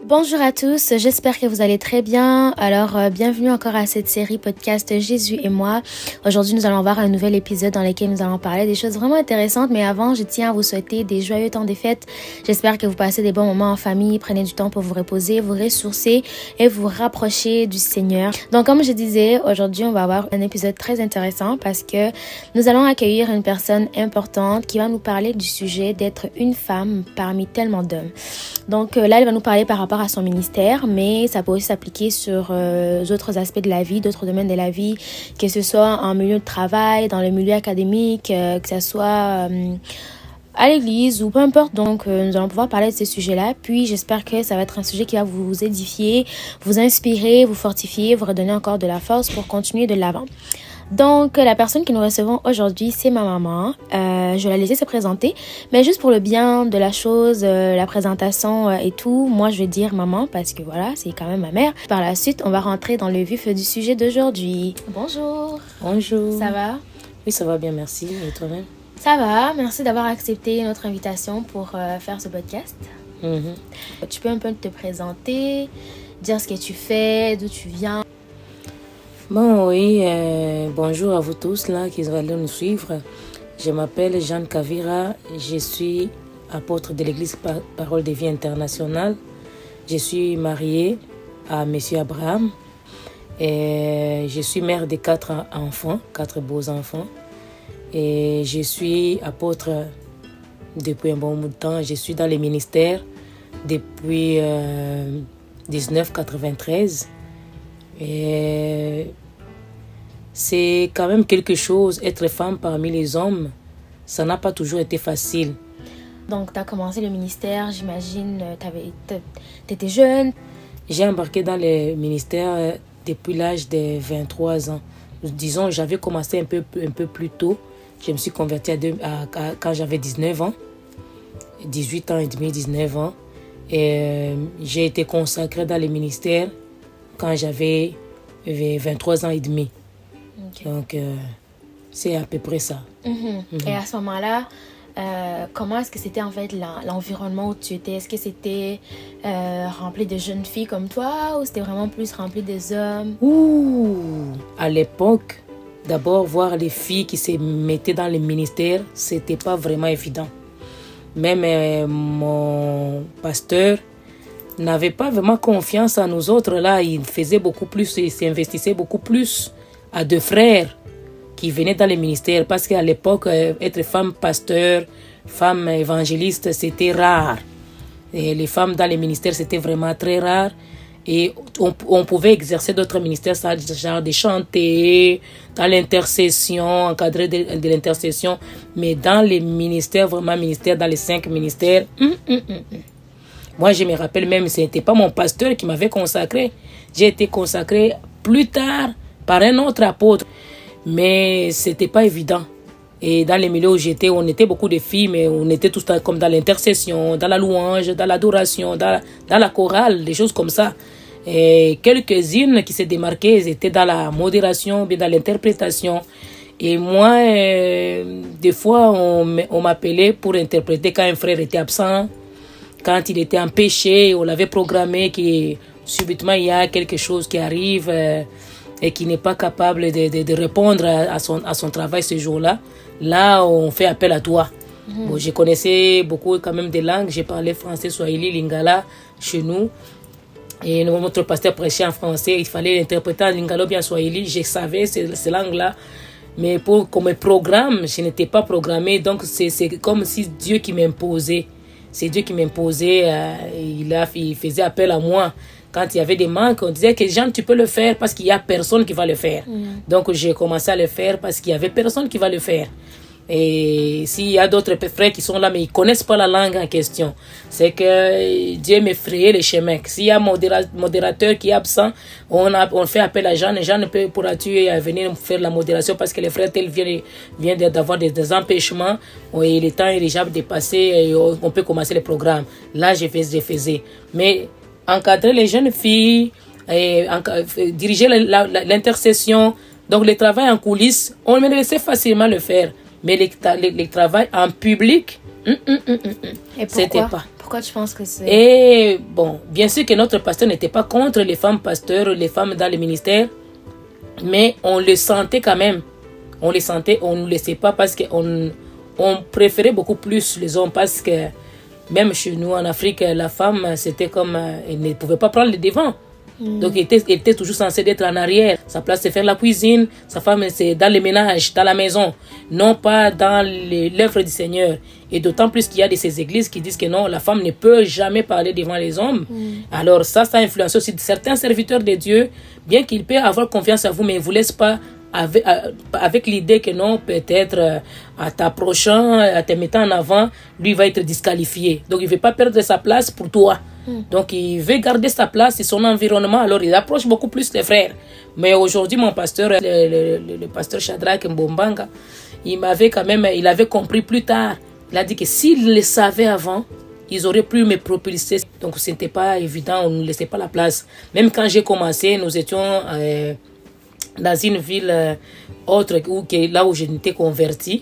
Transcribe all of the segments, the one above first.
Bonjour à tous, j'espère que vous allez très bien. Alors, bienvenue encore à cette série podcast Jésus et moi. Aujourd'hui, nous allons voir un nouvel épisode dans lequel nous allons parler des choses vraiment intéressantes. Mais avant, je tiens à vous souhaiter des joyeux temps des fêtes. J'espère que vous passez des bons moments en famille. Prenez du temps pour vous reposer, vous ressourcer et vous rapprocher du Seigneur. Donc, comme je disais, aujourd'hui, on va avoir un épisode très intéressant parce que nous allons accueillir une personne importante qui va nous parler du sujet d'être une femme parmi tellement d'hommes. Donc là, elle va nous parler par rapport à son ministère, mais ça peut aussi s'appliquer sur d'autres aspects de la vie, d'autres domaines de la vie, que ce soit en milieu de travail, dans le milieu académique, que ce soit à l'église ou peu importe. Donc, nous allons pouvoir parler de ces sujets-là. Puis, j'espère que ça va être un sujet qui va vous édifier, vous inspirer, vous fortifier, vous redonner encore de la force pour continuer de l'avant. Donc, la personne que nous recevons aujourd'hui, c'est ma maman. Je vais la laisser se présenter. Mais juste pour le bien de la chose, la présentation et tout, moi, je vais dire maman parce que voilà, c'est quand même ma mère. Par la suite, on va rentrer dans le vif du sujet d'aujourd'hui. Bonjour. Bonjour. Ça va? Oui, ça va bien, merci. Et toi-même? Ça va. Merci d'avoir accepté notre invitation pour faire ce podcast. Tu peux un peu te présenter, dire ce que tu fais, d'où tu viens. Bon, oui, bonjour à vous tous là qui allez nous suivre. Je m'appelle Jeanne Kavira, je suis apôtre de l'Église Parole de Vie Internationale. Je suis mariée à Monsieur Abraham et je suis mère de 4 enfants, 4 beaux enfants. Et je suis apôtre depuis un bon bout de temps. Je suis dans les ministères depuis 1993. Et c'est quand même quelque chose, être femme parmi les hommes, ça n'a pas toujours été facile. Donc, tu as commencé le ministère, j'imagine, tu étais jeune. J'ai embarqué dans le ministère depuis l'âge de 23 ans. Disons, j'avais commencé un peu plus tôt. Je me suis convertie quand j'avais 19 ans, 18 ans et demi, 19 ans. Et j'ai été consacrée dans le ministère quand j'avais 23 ans et demi. Okay. Donc, c'est à peu près ça. Et à ce moment-là, comment est-ce que c'était en fait l'environnement où tu étais? Est-ce que c'était rempli de jeunes filles comme toi ou c'était vraiment plus rempli des hommes? À l'époque, d'abord, voir les filles qui se mettaient dans les ministères, c'était pas vraiment évident. Même mon pasteur n'avait pas vraiment confiance en nous autres. Là, il faisait beaucoup plus, il s'investissait beaucoup plus à 2 frères qui venaient dans les ministères. Parce qu'à l'époque, être femme pasteur, femme évangéliste, c'était rare. Et les femmes dans les ministères, c'était vraiment très rare. Et on pouvait exercer d'autres ministères, ça, genre de chanter, dans l'intercession, encadrer de l'intercession. Mais dans les ministères, vraiment ministères, dans les 5 ministères, Moi, je me rappelle même, ce n'était pas mon pasteur qui m'avait consacré. J'ai été consacré plus tard par un autre apôtre. Mais ce n'était pas évident. Et dans les milieux où j'étais, on était beaucoup de filles, mais on était tous comme dans l'intercession, dans la louange, dans l'adoration, dans la chorale, des choses comme ça. Et quelques-unes qui se démarquaient, elles étaient dans la modération, bien dans l'interprétation. Et moi, des fois, on m'appelait pour interpréter quand un frère était absent. Quand il était en péché, on l'avait programmé que subitement il y a quelque chose qui arrive et qui n'est pas capable de répondre à son travail ce jour-là. Là, on fait appel à toi. Bon, je connaissais beaucoup quand même des langues. J'ai parlé français, swahili, lingala chez nous. Et notre pasteur prêchait en français. Il fallait l'interpréter en lingala ou bien en swahili. Je savais ces langues-là. Mais comme programme, je n'étais pas programmée. Donc, c'est comme si Dieu qui m'imposait. C'est Dieu qui m'imposait, il faisait appel à moi. Quand il y avait des manques, on disait que Jean, tu peux le faire parce qu'il n'y a personne qui va le faire. Donc j'ai commencé à le faire parce qu'il n'y avait personne qui va le faire. Et s'il y a d'autres frères qui sont là, mais ils ne connaissent pas la langue en question, c'est que Dieu m'effrayait les chemins. S'il y a un modérateur qui est absent, on fait appel à Jean. Et Jean, pourras-tu venir faire la modération parce que les frères tels viennent d'avoir des empêchements et le temps est déjà dépassé et on peut commencer le programme. Là, je faisais. Mais encadrer les jeunes filles, diriger l'intercession, donc le travail en coulisses, on me laissait facilement le faire. Mais le travail en public, c'était pas. Pourquoi tu penses que c'est... Et bon, bien sûr que notre pasteur n'était pas contre les femmes pasteurs, les femmes dans le ministère, mais on le sentait quand même. On les sentait, on ne nous laissait pas parce qu'on préférait beaucoup plus les hommes, parce que même chez nous en Afrique, la femme, c'était comme, elle ne pouvait pas prendre le devant. Donc, elle était toujours censée être en arrière. Sa place, c'est faire la cuisine. Sa femme, c'est dans le ménage, dans la maison. Non pas dans l'œuvre du Seigneur. Et d'autant plus qu'il y a de ces églises qui disent que non, la femme ne peut jamais parler devant les hommes. Alors ça influence aussi certains serviteurs de Dieu. Bien qu'ils peuvent avoir confiance en vous, mais ils ne vous laissent pas avec l'idée que non, peut-être en t'approchant, en te mettant en avant, lui va être disqualifié. Donc, il ne veut pas perdre sa place pour toi. Donc, il veut garder sa place et son environnement. Alors, il approche beaucoup plus les frères. Mais aujourd'hui, mon pasteur, le pasteur Shadrach Mbombanga, il avait compris plus tard. Il a dit que s'il le savait avant, ils auraient pu me propulser. Donc, ce n'était pas évident, on ne laissait pas la place. Même quand j'ai commencé, nous étions dans une ville autre, là où je m'étais converti.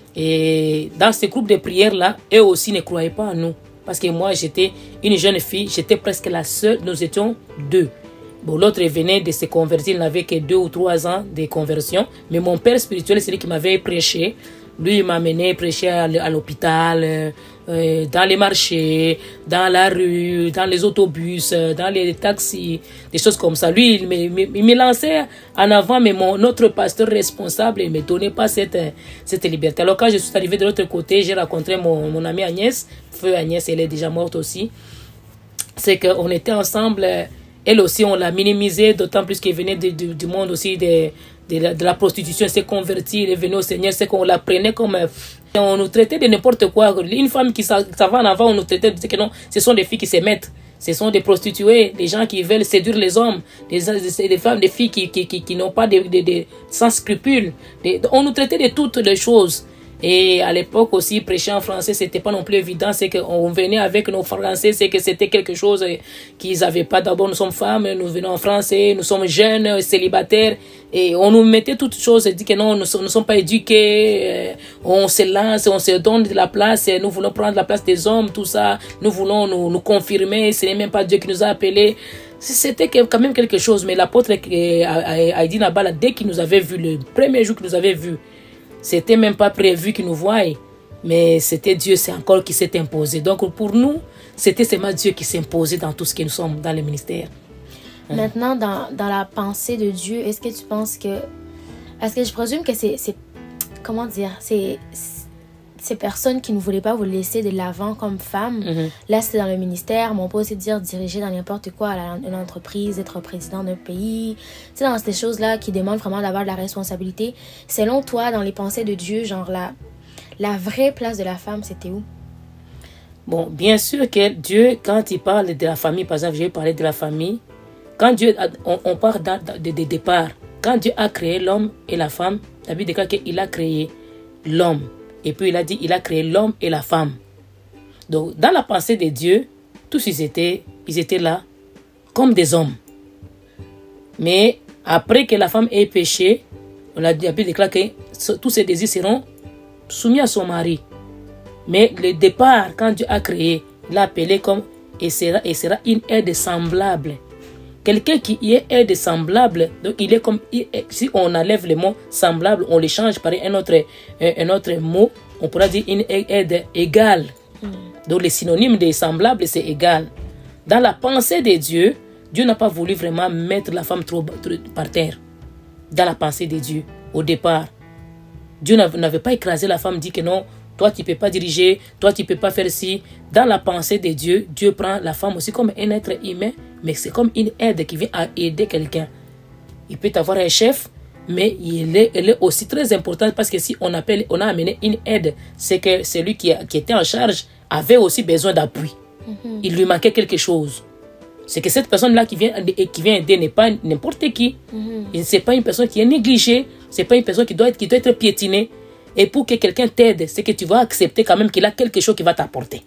Et dans ce groupe de prières-là, eux aussi ne croyaient pas en nous. Parce que moi, j'étais une jeune fille, j'étais presque la seule, nous étions deux. Bon, l'autre venait de se convertir, il n'avait que 2 ou 3 ans de conversion. Mais mon père spirituel, c'est lui qui m'avait prêché. Lui, il m'a amené prêcher à l'hôpital, dans les marchés, dans la rue, dans les autobus, dans les taxis, des choses comme ça. Lui, il me lançait en avant, mais notre pasteur responsable ne me donnait pas cette liberté. Alors, quand je suis arrivé de l'autre côté, j'ai rencontré mon amie Agnès. Feu Agnès, elle est déjà morte aussi. C'est qu'on était ensemble. Elle aussi, on l'a minimisée, d'autant plus qu'elle venait du monde aussi de la prostitution, s'est convertie, elle est venue au Seigneur, c'est qu'on la prenait comme... On nous traitait de n'importe quoi. Une femme qui s'en va en avant, on nous traitait de dire que non, ce sont des filles qui se mettent. Ce sont des prostituées, des gens qui veulent séduire les hommes, des femmes, des filles qui n'ont pas sans scrupules. On nous traitait de toutes les choses. Et à l'époque aussi, prêcher en français, c'était pas non plus évident. C'est qu'on venait avec nos français, c'est que c'était quelque chose qu'ils n'avaient pas. D'abord, nous sommes femmes, nous venons en français, nous sommes jeunes, célibataires. Et on nous mettait toutes choses, et dit que non, nous ne sommes pas éduqués, on se lance, on se donne de la place, nous voulons prendre la place des hommes, tout ça. Nous voulons nous confirmer, ce n'est même pas Dieu qui nous a appelés. C'était quand même quelque chose. Mais l'apôtre Heidi Nabala, dès qu'il nous avait vu, le premier jour qu'il nous avait vu, c'était même pas prévu qu'il nous voie, mais c'était Dieu, c'est encore qui s'est imposé. Donc pour nous, c'était seulement Dieu qui s'est imposé dans tout ce que nous sommes dans le ministère. Maintenant, dans la pensée de Dieu, est-ce que tu penses que... Est-ce que je présume que c'est comment dire, c'est ces personnes qui ne voulaient pas vous laisser de l'avant comme femme, là c'était dans le ministère, mais on peut aussi dire diriger dans n'importe quoi, une entreprise, être président d'un pays, c'est dans ces choses-là qui demandent vraiment d'avoir de la responsabilité. Selon toi, dans les pensées de Dieu, genre la vraie place de la femme, c'était où? Bon, bien sûr que Dieu, quand il parle de la famille, par exemple, je vais parler de la famille, quand Dieu, on part de départ, quand Dieu a créé l'homme et la femme, la Bible déclare qu'il a créé l'homme. Et puis il a dit, il a créé l'homme et la femme. Donc, dans la pensée de Dieu, tous ils étaient là comme des hommes. Mais après que la femme ait péché, la Bible déclare que tous ses désirs seront soumis à son mari. Mais le départ, quand Dieu a créé, il l'a appelé comme et sera une aide semblable. Quelqu'un qui y est aide semblable, donc il est comme, si on enlève le mot semblable, on le change par un autre mot, on pourra dire une aide égale. Donc le synonyme de semblable, c'est égal. Dans la pensée de Dieu, Dieu n'a pas voulu vraiment mettre la femme trop par terre. Dans la pensée de Dieu, au départ. Dieu n'avait pas écrasé la femme, dit que non, toi tu ne peux pas diriger, toi tu ne peux pas faire ci. Dans la pensée de Dieu, Dieu prend la femme aussi comme un être humain, mais c'est comme une aide qui vient à aider quelqu'un. Il peut avoir un chef, mais elle est aussi très importante parce que si on a amené une aide, c'est que celui qui était en charge avait aussi besoin d'appui. Il lui manquait quelque chose. C'est que cette personne-là qui vient aider n'est pas n'importe qui. Ce n'est pas une personne qui est négligée, ce n'est pas une personne qui doit être piétinée. Et pour que quelqu'un t'aide, c'est que tu vas accepter quand même qu'il a quelque chose qui va t'apporter.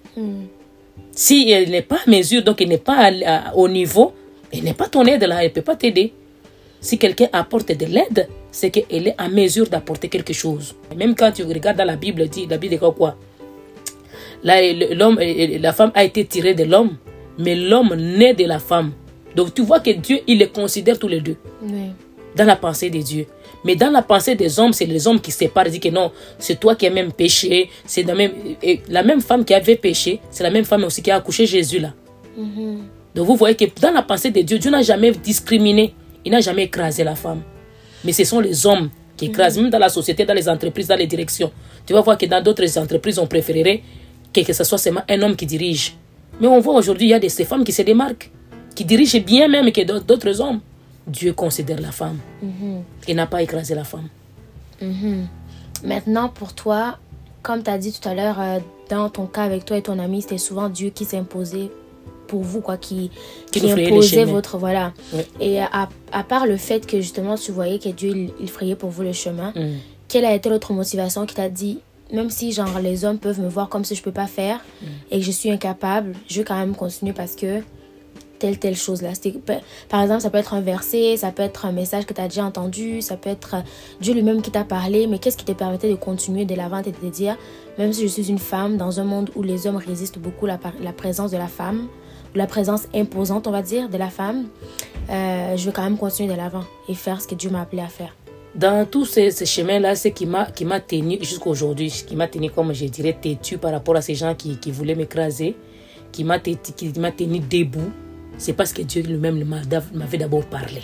Si elle n'est pas à mesure, donc elle n'est pas au niveau, elle n'est pas ton aide là, elle ne peut pas t'aider. Si quelqu'un apporte de l'aide, c'est qu'elle est à mesure d'apporter quelque chose. Même quand tu regardes dans la Bible dit quoi? la femme a été tirée de l'homme, mais l'homme naît de la femme. Donc tu vois que Dieu, il les considère tous les deux. Oui. Dans la pensée de Dieu. Mais dans la pensée des hommes, c'est les hommes qui séparent, disent que non, c'est toi qui as même péché. C'est la même femme qui avait péché, c'est la même femme aussi qui a accouché Jésus là. Donc vous voyez que dans la pensée de Dieu, Dieu n'a jamais discriminé. Il n'a jamais écrasé la femme. Mais ce sont les hommes qui écrasent, même dans la société, dans les entreprises, dans les directions. Tu vas voir que dans d'autres entreprises, on préférerait que ce soit seulement un homme qui dirige. Mais on voit aujourd'hui, il y a ces femmes qui se démarquent, qui dirigent bien même que d'autres hommes. Dieu considère la femme. Il n'a pas écrasé la femme. Maintenant, pour toi, comme tu as dit tout à l'heure, dans ton cas avec toi et ton ami, c'était souvent Dieu qui s'est imposé pour vous, quoi, qui imposait votre... Voilà. Oui. Et à part le fait que justement, tu voyais que Dieu, il frayait pour vous le chemin, quelle a été l'autre motivation qui t'a dit, même si genre les hommes peuvent me voir comme si je ne peux pas faire et que je suis incapable, je vais quand même continuer parce que telle chose là. Par exemple, ça peut être un verset, ça peut être un message que tu as déjà entendu, ça peut être Dieu lui-même qui t'a parlé, mais qu'est-ce qui te permettait de continuer de l'avant et de te dire, même si je suis une femme dans un monde où les hommes résistent beaucoup la présence de la femme, la présence imposante, on va dire, de la femme, je vais quand même continuer de l'avant et faire ce que Dieu m'a appelé à faire. Dans tous ces chemins-là, c'est qui m'a tenu jusqu'à aujourd'hui, qui m'a tenu, comme je dirais, têtu par rapport à ces gens qui voulaient m'écraser, qui m'a tenu debout. C'est parce que Dieu lui-même m'avait d'abord parlé.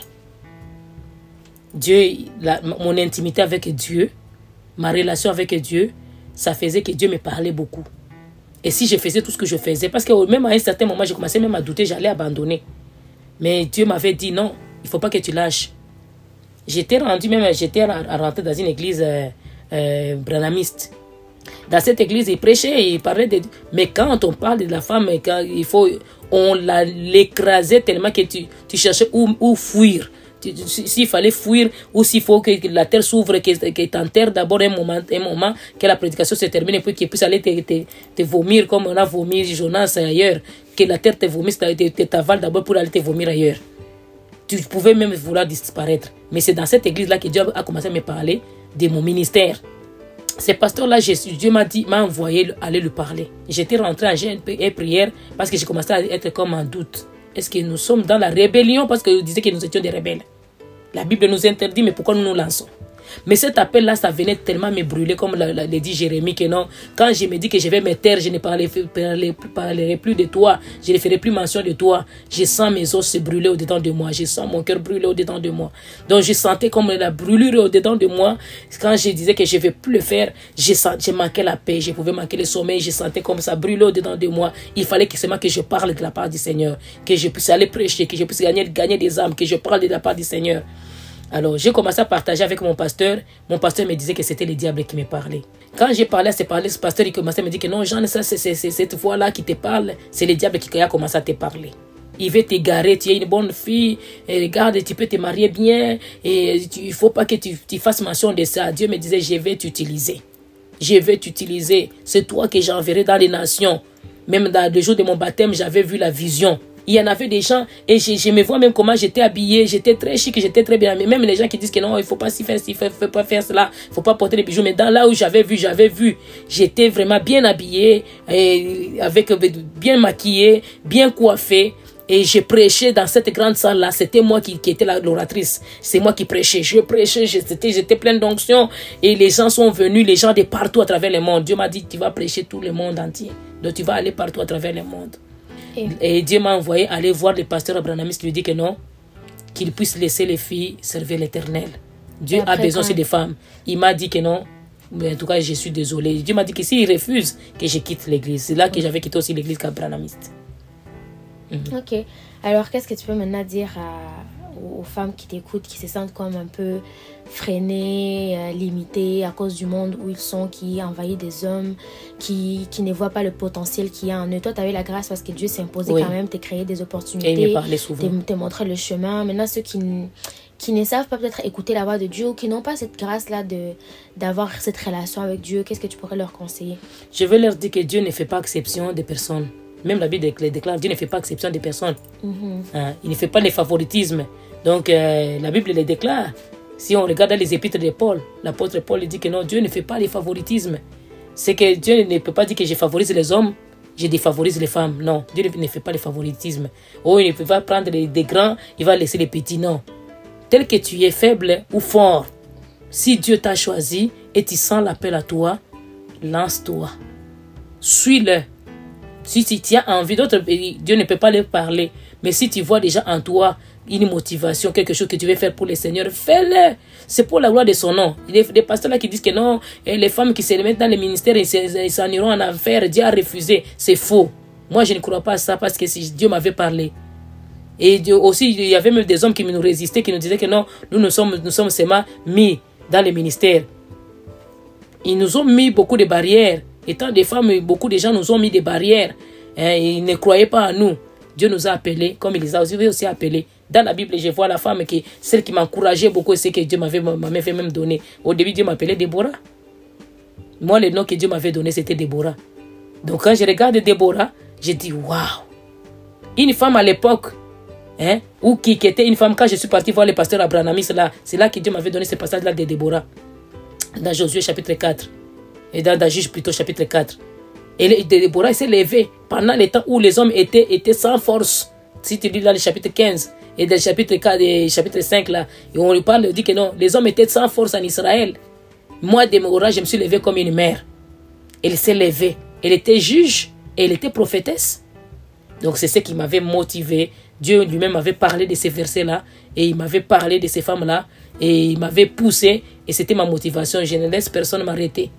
Mon intimité avec Dieu, ma relation avec Dieu, ça faisait que Dieu me parlait beaucoup. Et si je faisais tout ce que je faisais, parce que même à un certain moment, j'ai commencé même à douter, j'allais abandonner. Mais Dieu m'avait dit non, il ne faut pas que tu lâches. J'étais rentré dans une église branhamiste. Dans cette église, il prêchait, il parlait de... Mais quand on parle de la femme, on l'écrasait tellement que tu cherchais où fuir. S'il fallait fuir ou s'il faut que la terre s'ouvre, que t'enterre d'abord un moment, que la prédication se termine et puis qu'il puisse aller te vomir comme on a vomi Jonas ailleurs. Que la terre te vomisse, t'avale d'abord pour aller te vomir ailleurs. Tu pouvais même vouloir disparaître. Mais c'est dans cette église-là que Dieu a commencé à me parler de mon ministère. Ces pasteurs-là, Dieu m'a envoyé aller lui parler. J'étais rentré en jeûne et prière parce que j'ai commencé à être comme en doute. Est-ce que nous sommes dans la rébellion parce que disait que nous étions des rebelles? La Bible nous interdit, mais pourquoi nous nous lançons? Mais cet appel-là, ça venait tellement me brûler, comme l'a dit Jérémie, que non, quand je me dis que je vais me taire, je ne parlerai plus de toi, je ne ferai plus mention de toi, je sens mes os se brûler au-dedans de moi, je sens mon cœur brûler au-dedans de moi. Donc je sentais comme la brûlure au-dedans de moi. Quand je disais que je ne vais plus le faire, je manquais la paix, je pouvais manquer le sommeil, je sentais comme ça brûler au-dedans de moi. Il fallait que seulement que je parle de la part du Seigneur, que je puisse aller prêcher, que je puisse gagner des âmes, que je parle de la part du Seigneur. Alors, j'ai commencé à partager avec mon pasteur. Mon pasteur me disait que c'était le diable qui me parlait. Quand j'ai parlé à ce pasteur, il commençait à me dire que non, Jean, ça, c'est cette voix-là qui te parle. C'est le diable qui a commencé à te parler. Il veut t'égarer, tu es une bonne fille, et regarde, tu peux te marier bien, et il ne faut pas que tu fasses mention de ça. Dieu me disait, je vais t'utiliser. Je vais t'utiliser. C'est toi que j'enverrai dans les nations. Même dans le jour de mon baptême, j'avais vu la vision. Il y en avait des gens, et je me vois même comment j'étais habillée, j'étais très chic, j'étais très bien. Mais même les gens qui disent que non, il ne faut pas s'y faire, il ne faut pas faire cela, il ne faut pas porter les bijoux. Mais dans là où j'avais vu, j'étais vraiment bien habillée, avec bien maquillée, bien coiffée. Et je prêchais dans cette grande salle-là. C'était moi qui étais l'oratrice. C'est moi qui prêchais. Je prêchais, j'étais pleine d'onction. Et les gens sont venus, les gens de partout à travers le monde. Dieu m'a dit, tu vas prêcher tout le monde entier. Donc tu vas aller partout à travers le monde. Et Dieu m'a envoyé aller voir le pasteur abrahamiste, lui dit que non, qu'il puisse laisser les filles servir l'Éternel. Dieu a besoin aussi des femmes. Il m'a dit que non, mais en tout cas, je suis désolé. Dieu m'a dit que s'il refuse, que je quitte l'église. C'est là que j'avais quitté aussi l'église abrahamiste. Ok. Alors, qu'est-ce que tu peux maintenant dire aux femmes qui t'écoutent, qui se sentent comme un peu freinées, limitées à cause du monde où ils sont, qui envahissent des hommes, qui ne voient pas le potentiel qu'il y a en eux? Toi, tu avais la grâce parce que Dieu s'est imposé quand même, t'a créé des opportunités, et il me parlait souvent, t'a montré le chemin. Maintenant, ceux qui ne savent pas peut-être écouter la voix de Dieu, ou qui n'ont pas cette grâce-là d'avoir cette relation avec Dieu, qu'est-ce que tu pourrais leur conseiller? Je vais leur dire que Dieu ne fait pas exception des personnes. Même la Bible déclare, Dieu ne fait pas exception des personnes. Il ne fait pas les favoritismes. Donc, la Bible les déclare. Si on regarde les épîtres de Paul, l'apôtre Paul dit que non, Dieu ne fait pas les favoritismes. C'est que Dieu ne peut pas dire que je favorise les hommes, je défavorise les femmes. Non, Dieu ne fait pas le favoritisme. Oh, il ne peut pas prendre des grands, il va laisser les petits. Non. Tel que tu es faible ou fort, si Dieu t'a choisi et tu sens l'appel à toi, lance-toi. Suis-le. Si tu as envie, d'autres, Dieu ne peut pas leur parler. Mais si tu vois déjà en toi une motivation, quelque chose que tu veux faire pour le Seigneur, fais-le. C'est pour la gloire de son nom. Il y a des pasteurs là qui disent que non, et les femmes qui se mettent dans les ministères, ils s'en iront en enfer. Dieu a refusé. C'est faux. Moi, je ne crois pas à ça parce que si Dieu m'avait parlé. Et Dieu aussi, il y avait même des hommes qui nous résistaient, qui nous disaient que non, nous sommes seulement mis dans les ministères. Ils nous ont mis beaucoup de barrières. Étant des femmes, beaucoup de gens nous ont mis des barrières. Ils ne croyaient pas en nous. Dieu nous a appelés, comme il les a aussi appelés. Dans la Bible, je vois la femme, celle qui m'encourageait beaucoup, c'est que Dieu m'avait même donné. Au début, Dieu m'appelait Déborah. Moi, le nom que Dieu m'avait donné, c'était Déborah. Donc, quand je regarde Déborah, je dis, waouh! Une femme à l'époque, ou qui était une femme, quand je suis parti voir le pasteur Abraham, c'est là que Dieu m'avait donné ce passage-là de Déborah. Dans Josué chapitre 4. Et dans Juge plutôt chapitre 4. Et Déborah s'est levée pendant le temps où les hommes étaient sans force. Si tu lis dans le chapitre 15 et dans le chapitre 4 et chapitre 5 là, et on lui parle, on dit que non, les hommes étaient sans force en Israël. Moi, Déborah, je me suis levée comme une mère. Elle s'est levée. Elle était juge et elle était prophétesse. Donc c'est ce qui m'avait motivé. Dieu lui-même m'avait parlé de ces versets-là et il m'avait parlé de ces femmes-là et il m'avait poussé et c'était ma motivation. Je ne laisse personne m'arrêter.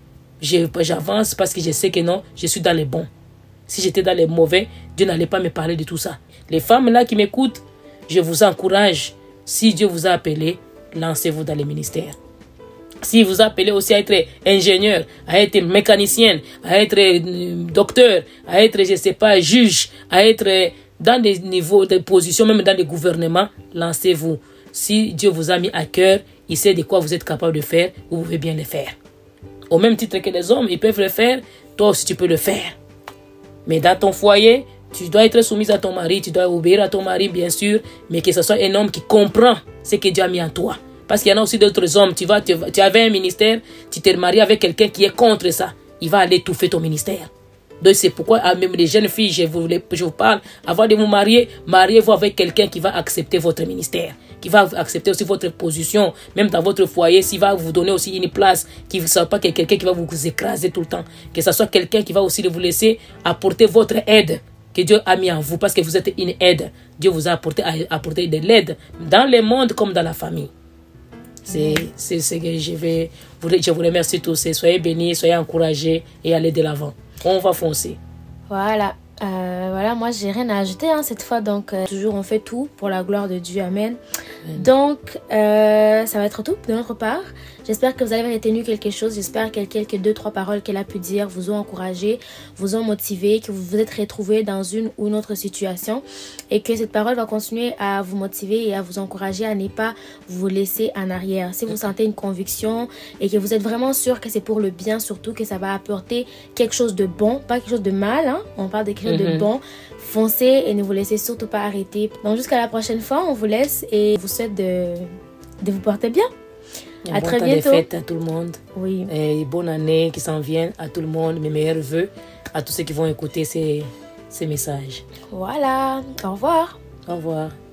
J'avance parce que je sais que non, je suis dans les bons. Si j'étais dans les mauvais, Dieu n'allait pas me parler de tout ça. Les femmes là qui m'écoutent, je vous encourage. Si Dieu vous a appelé, lancez-vous dans les ministères. Si vous appelez aussi à être ingénieur, à être mécanicienne, à être docteur, à être, je ne sais pas, juge, à être dans des niveaux de position, même dans les gouvernements, lancez-vous. Si Dieu vous a mis à cœur, il sait de quoi vous êtes capable de faire, vous pouvez bien le faire. Au même titre que les hommes, ils peuvent le faire, toi aussi tu peux le faire. Mais dans ton foyer, tu dois être soumise à ton mari, tu dois obéir à ton mari, bien sûr, mais que ce soit un homme qui comprend ce que Dieu a mis en toi. Parce qu'il y en a aussi d'autres hommes, tu avais un ministère, tu t'es marié avec quelqu'un qui est contre ça. Il va aller étouffer ton ministère. Donc c'est pourquoi, même les jeunes filles, je vous parle, avant de vous marier, mariez-vous avec quelqu'un qui va accepter votre ministère, qui va accepter aussi votre position, même dans votre foyer, s'il va vous donner aussi une place, qui ne soit pas quelqu'un qui va vous écraser tout le temps, que ce soit quelqu'un qui va aussi vous laisser apporter votre aide que Dieu a mis en vous, parce que vous êtes une aide. Dieu vous a apporté de l'aide dans le monde comme dans la famille. C'est ce que je vous remercie tous. Soyez bénis, soyez encouragés et allez de l'avant. On va foncer. Voilà. Voilà, moi j'ai rien à ajouter cette fois. Donc toujours on fait tout pour la gloire de Dieu. Amen. Donc ça va être tout de notre part. J'espère que vous avez retenu quelque chose. J'espère que quelques 2-3 paroles qu'elle a pu dire vous ont encouragé, vous ont motivé, que vous vous êtes retrouvés dans une ou une autre situation et que cette parole va continuer à vous motiver et à vous encourager à ne pas vous laisser en arrière. Si vous sentez une conviction et que vous êtes vraiment sûr que c'est pour le bien, surtout que ça va apporter quelque chose de bon, pas quelque chose de mal, on parle de quelque chose de bon, foncez et ne vous laissez surtout pas arrêter. Donc jusqu'à la prochaine fois, on vous laisse et vous souhaite de vous porter bien. À très bientôt. Bonne fête à tout le monde. Oui. Et bonne année qui s'en vient à tout le monde. Mes meilleurs vœux à tous ceux qui vont écouter ces messages. Voilà. Au revoir. Au revoir.